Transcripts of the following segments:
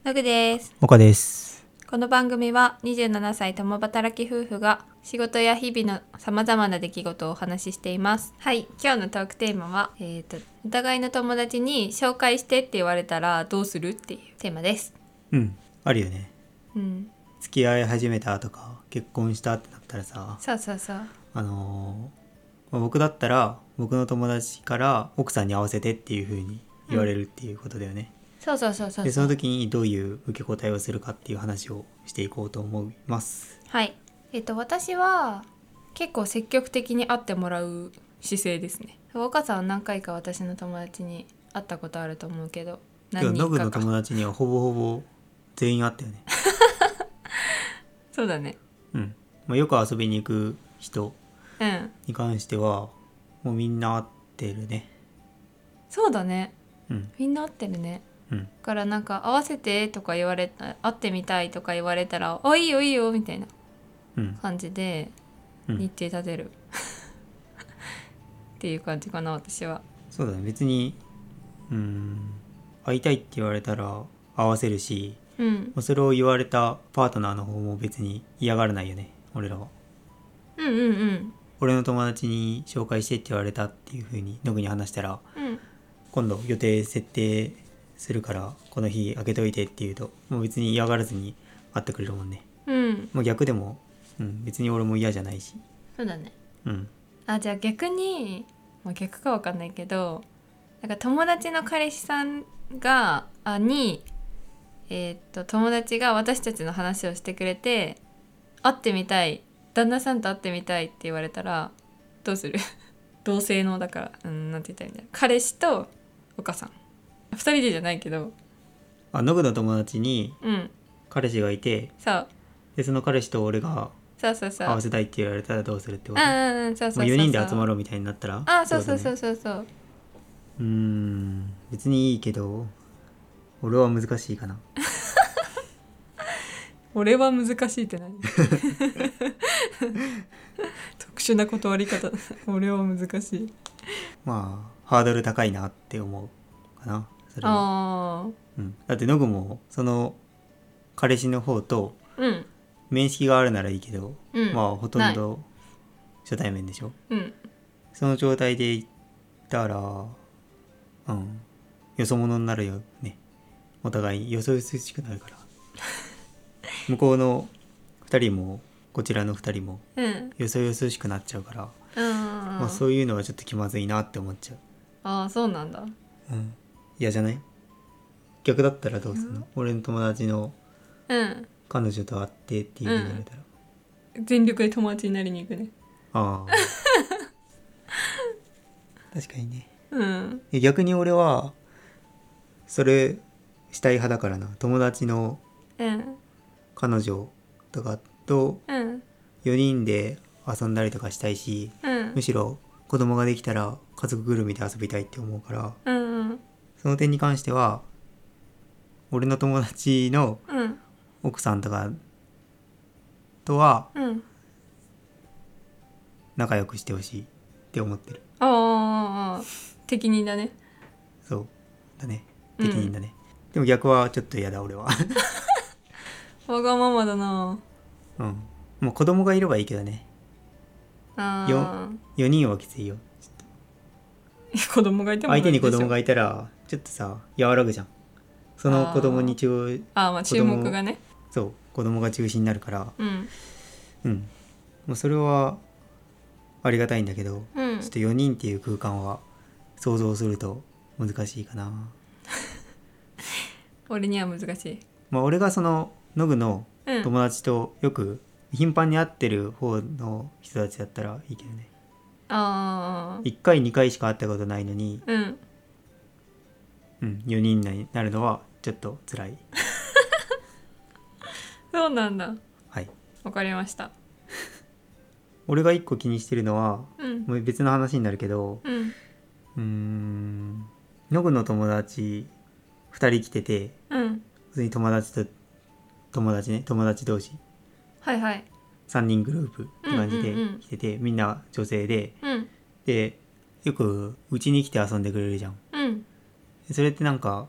のぐです。 岡です。 この番組は27歳共働き夫婦が仕事や日々のさまざまな出来事をお話ししています。はい、今日のトークテーマは、お互いの友達に紹介してって言われたらどうするっていうテーマです。 あるよね。 うん、 付き合い始めたとか結婚したってなったらさ、 そうそうそう。 僕だったら僕の友達から奥さんに会わせてっていう風に言われるっていうことだよね。 そうそうそうそう。 でその時にどういう受け答えをするかっていう話をしていこうと思います。 はい。私は結構積極的に会ってもらう姿勢ですね。岡さんは何回か私の友達に会ったことあると思うけど、 今日ノグの何人かか。 友達にはほぼほぼ全員会ったよね。 そうだね。 よく遊びに行く人うん。 に関してはもうみんな会ってるね。 そうだね。 うんみんな会ってるね。 うんだからなんか会わせてとか言われた、会ってみたいとか言われたら、あ、いいよいいよみたいなうん感じでうん日程立てる、っていう感じかな、私は。 そうだね。別に会いたいって言われたら会わせるし、それを言われたパートナーの方も別に嫌がらないよね、俺らは。 うんうんうん俺の友達に紹介してって言われたっていう風にノグに話したら、 うん今度予定設定するからこの日開けといてって言うと、もう別に嫌がらずに会ってくれるもんね。もう逆でも、別に俺も嫌じゃないし。 そうだね。 うんあ、じゃあ逆に、まあ、逆かわかんないけど、なんか友達の彼氏さんが友達が私たちの話をしてくれて、会ってみたい、旦那さんと会ってみたいって言われたらどうする？同性の、だから、なんて言ったらいいんだろう、彼氏とお母さん2人でじゃないけど、 ノグの友達に彼氏がいて、 そうでその彼氏と俺がそうそうそう、 合わせたいって言われたらどうするってこと？ そうそうそうそう、 4人で集まろうみたいになったら、 あ、そうそうそうそうそう。 別にいいけど俺は難しいかな。 俺は難しいって何？特殊な断り方。俺は難しい。 まあハードル高いなって思うかな、それは。だってノグもその彼氏の方と面識があるならいいけど、まあほとんど初対面でしょ。その状態で行ったらよそ者になるよね。お互いよそよそしくなるから向こうの2人もこちらの2人もよそよそしくなっちゃうから、まあ、そういうのはちょっと気まずいなって思っちゃう。 ああ、そうなんだ。 嫌じゃない？逆だったらどうするの？俺の友達の彼女と会ってっていう風に言われたら、 全力で友達になりに行くね。 ああ確かにね。逆に俺はそれしたい派だからな。友達の彼女とかと4人で遊んだりとかしたいし、むしろ子供ができたら家族ぐるみで遊びたいって思うから、その点に関しては俺の友達の奥さんとかとは仲良くしてほしいって思ってる。 ああ、適任だね。 そうだね、適任だね。でも逆はちょっと嫌だ俺は。 わがままだな。 もう子供がいればいいけどね。4人はきついよ。 子供がいても相手に子供がいたらちょっとさ和らぐじゃん。その子供に注目がね。 そう、子供が中心になるから、もうそれはありがたいんだけど、ちょっと4人っていう空間は想像すると難しいかな。 俺には難しい。 まあ俺がそのノグの友達とよく頻繁に会ってる方の人たちだったらいいけどね。1回2回しか会ったことないのに、4人になるのはちょっと辛い。 そうなんだ。 はい、 わかりました。 俺が1個気にしてるのは、もう別の話になるけど、ノグの友達2人来てて、普通に友達と友達ね、友達同士、 はいはい、 3人グループって感じで来てて、みんな女性で、でよくうちに来て遊んでくれるじゃん。それってなんか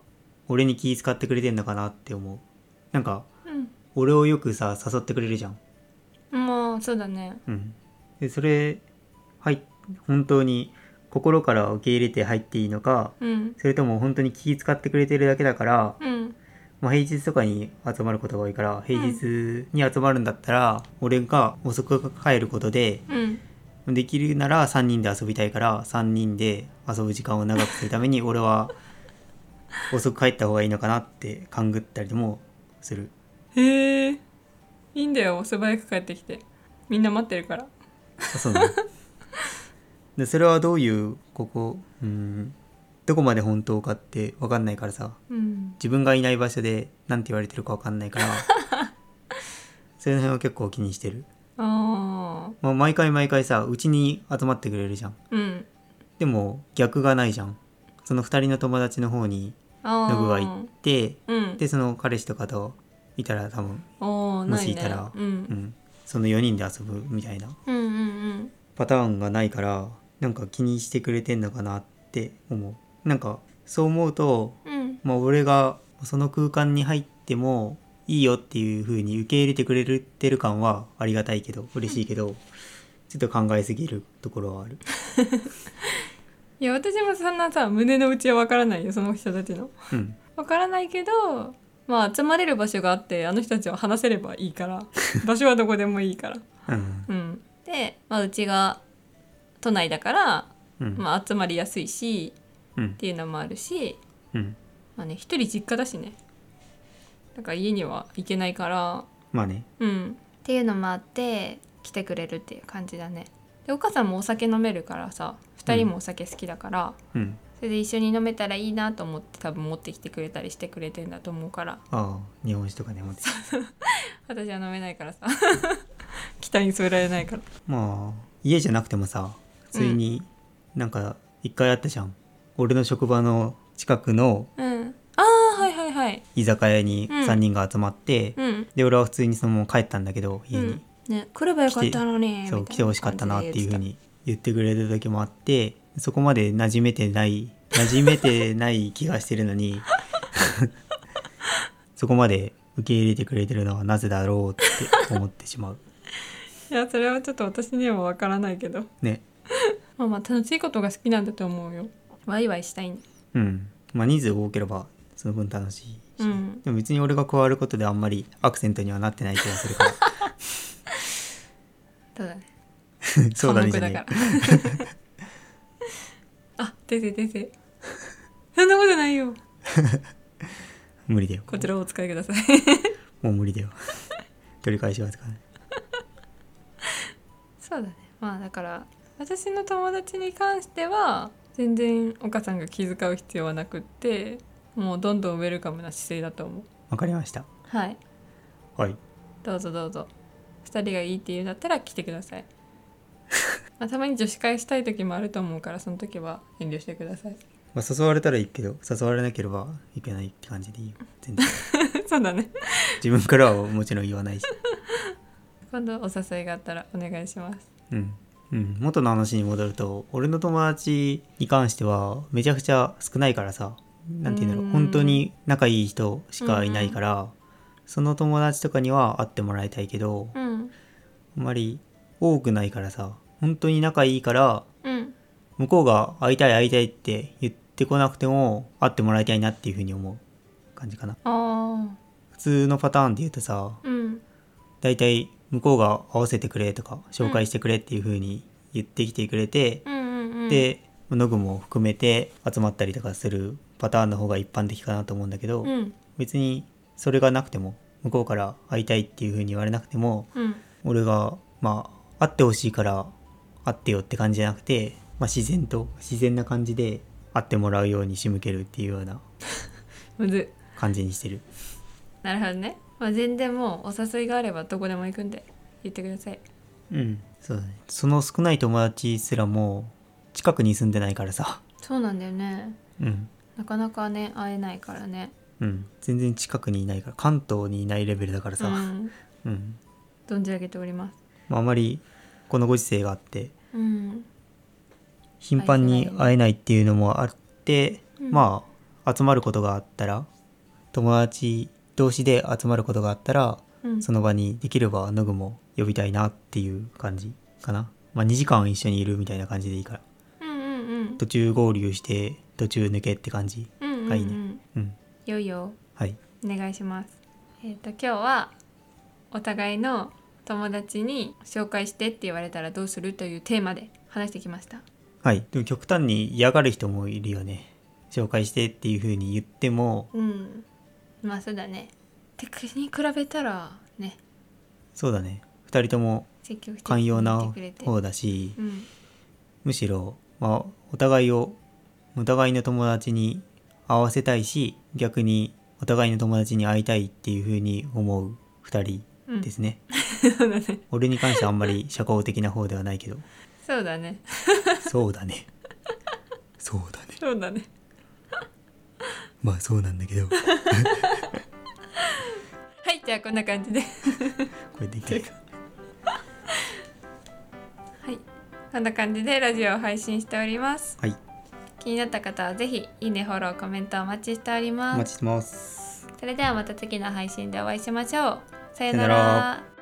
俺に気遣ってくれてんのかなって思う。なんか、俺をよくさ誘ってくれるじゃん。 まあそうだね。 でそれ本当に心から受け入れて入っていいのか、それとも本当に気遣ってくれてるだけだから、まあ、平日とかに集まることが多いから、平日に集まるんだったら、俺が遅く帰ることで、できるなら3人で遊びたいから、3人で遊ぶ時間を長くするために俺は遅く帰った方がいいのかなって勘ぐったりもする。 へえ、いいんだよ、素早く帰ってきて、みんな待ってるから。 そうなのでそれはどういうどこまで本当かって分かんないからさ、自分がいない場所で何て言われてるか分かんないからその辺は結構気にしてる。まあ、毎回さうちに集まってくれるじゃん、でも逆がないじゃん。その2人の友達の方にノグが行って、でその彼氏とかといたら多分もしいたら、その4人で遊ぶみたいな、パターンがないから、なんか気にしてくれてんのかなって思う。なんかそう思うと、まあ俺がその空間に入ってもいいよっていう風に受け入れてくれてる感はありがたいけど嬉しいけど、ちょっと考えすぎるところはあるいや私もそんなさ胸の内は分からないよ、その人たちの、分からないけど、まあ集まれる場所があって、あの人たちは話せればいいから場所はどこでもいいから、で、まあ、うちが都内だから、まあ、集まりやすいし、っていうのもあるし、まあね、一人実家だしね、だから家には行けないから、 まあね、 っていうのもあって来てくれるっていう感じだね。でお母さんもお酒飲めるからさ、2人もお酒好きだから、それで一緒に飲めたらいいなと思って多分持ってきてくれたりしてくれてんだと思うから。 日本酒とかね持って私は飲めないからさ期待に添えられないから。 まあ家じゃなくてもさ、普通になんか一回あったじゃん、俺の職場の近くの居酒屋に3人が集まって、で俺は普通にそのまま帰ったんだけど家に、 来ればよかったのに、 そう来てほしかったなっていう風に言ってくれた時もあって、そこまで馴染めてない気がしてるのにそこまで受け入れてくれてるのはなぜだろうって思ってしまういやそれはちょっと私には分からないけどねまあ楽しいことが好きなんだと思うよ。ワイワイしたいんだ。 まあ人数多ければその分楽しいし、でも別に俺が加わることであんまりアクセントにはなってない気がするからそうだねそうだねじゃねあ、先生そんなことないよ無理だよ、 こちらをお使いくださいもう無理だよ取り返しますからねそうだね。まあだから私の友達に関しては全然お母さんが気遣う必要はなくって、もうどんどんウェルカムな姿勢だと思う。 わかりました。 はい、どうぞ2人がいいって言うんだったら来てくださいまあたまに女子会したい時もあると思うから、その時は遠慮してください。 まあ、誘われたらいいけど誘われなければいけないって感じでいいよ全然そうだね自分からはもちろん言わないし今度お誘いがあったらお願いします。 元の話に戻ると、俺の友達に関してはめちゃくちゃ少ないからさ、なんていうんだろう、本当に仲いい人しかいないから、その友達とかには会ってもらいたいけど、あんまり多くないからさ、本当に仲いいから、向こうが会いたいって言ってこなくても会ってもらいたいなっていうふうに思う感じかな。普通のパターンで言うとさ、だいたい向こうが合わせてくれとか紹介してくれっていう風に言ってきてくれて、でノグも含めて集まったりとかするパターンの方が一般的かなと思うんだけど、別にそれがなくても、向こうから会いたいっていう風に言われなくても、俺がまあ会ってほしいから会ってよって感じじゃなくて、自然な感じで会ってもらうように仕向けるっていうような感じにしてるなるほどね。全然もうお誘いがあればどこでも行くんで言ってください。 そうだね。その少ない友達すらも近くに住んでないからさ。 そうなんだよね。なかなかね会えないからね。 全然近くにいないから、関東にいないレベルだからさ。 存じ上げております。 あまりこのご時世があって、頻繁に会えないっていうのもあって、集まることがあったら友達同士で集まることがあったら、 うん、 その場にできればノグも呼びたいなっていう感じかな。まあ2時間一緒にいるみたいな感じでいいから、 うんうんうん、 途中合流して途中抜けって感じがいいね。うん。 よいよ。 はい。 お願いします。今日はお互いの友達に紹介してって言われたらどうするというテーマで話してきました。 はい。でも極端に嫌がる人もいるよね。紹介してっていう風に言っても、 うん、まあそうだね。テクに比べたらね。 そうだね。2人とも寛容な方だし、 うん、 むしろ、まあ、お互いの友達に合わせたいし、逆にお互いの友達に会いたいっていう風に思う2人ですね。 そうだね。 俺に関してはあんまり社交的な方ではないけど。 そうだね。 そうだね。そうだね。 そうだね。 まあそうなんだけど。はい、じゃあこんな感じでこれできる。 はい、こんな感じでラジオを配信しております。 はい。 気になった方はぜひいいね、フォロー、コメントお待ちしております。 お待ちしてます。 それではまた次の配信でお会いしましょう。さよなら。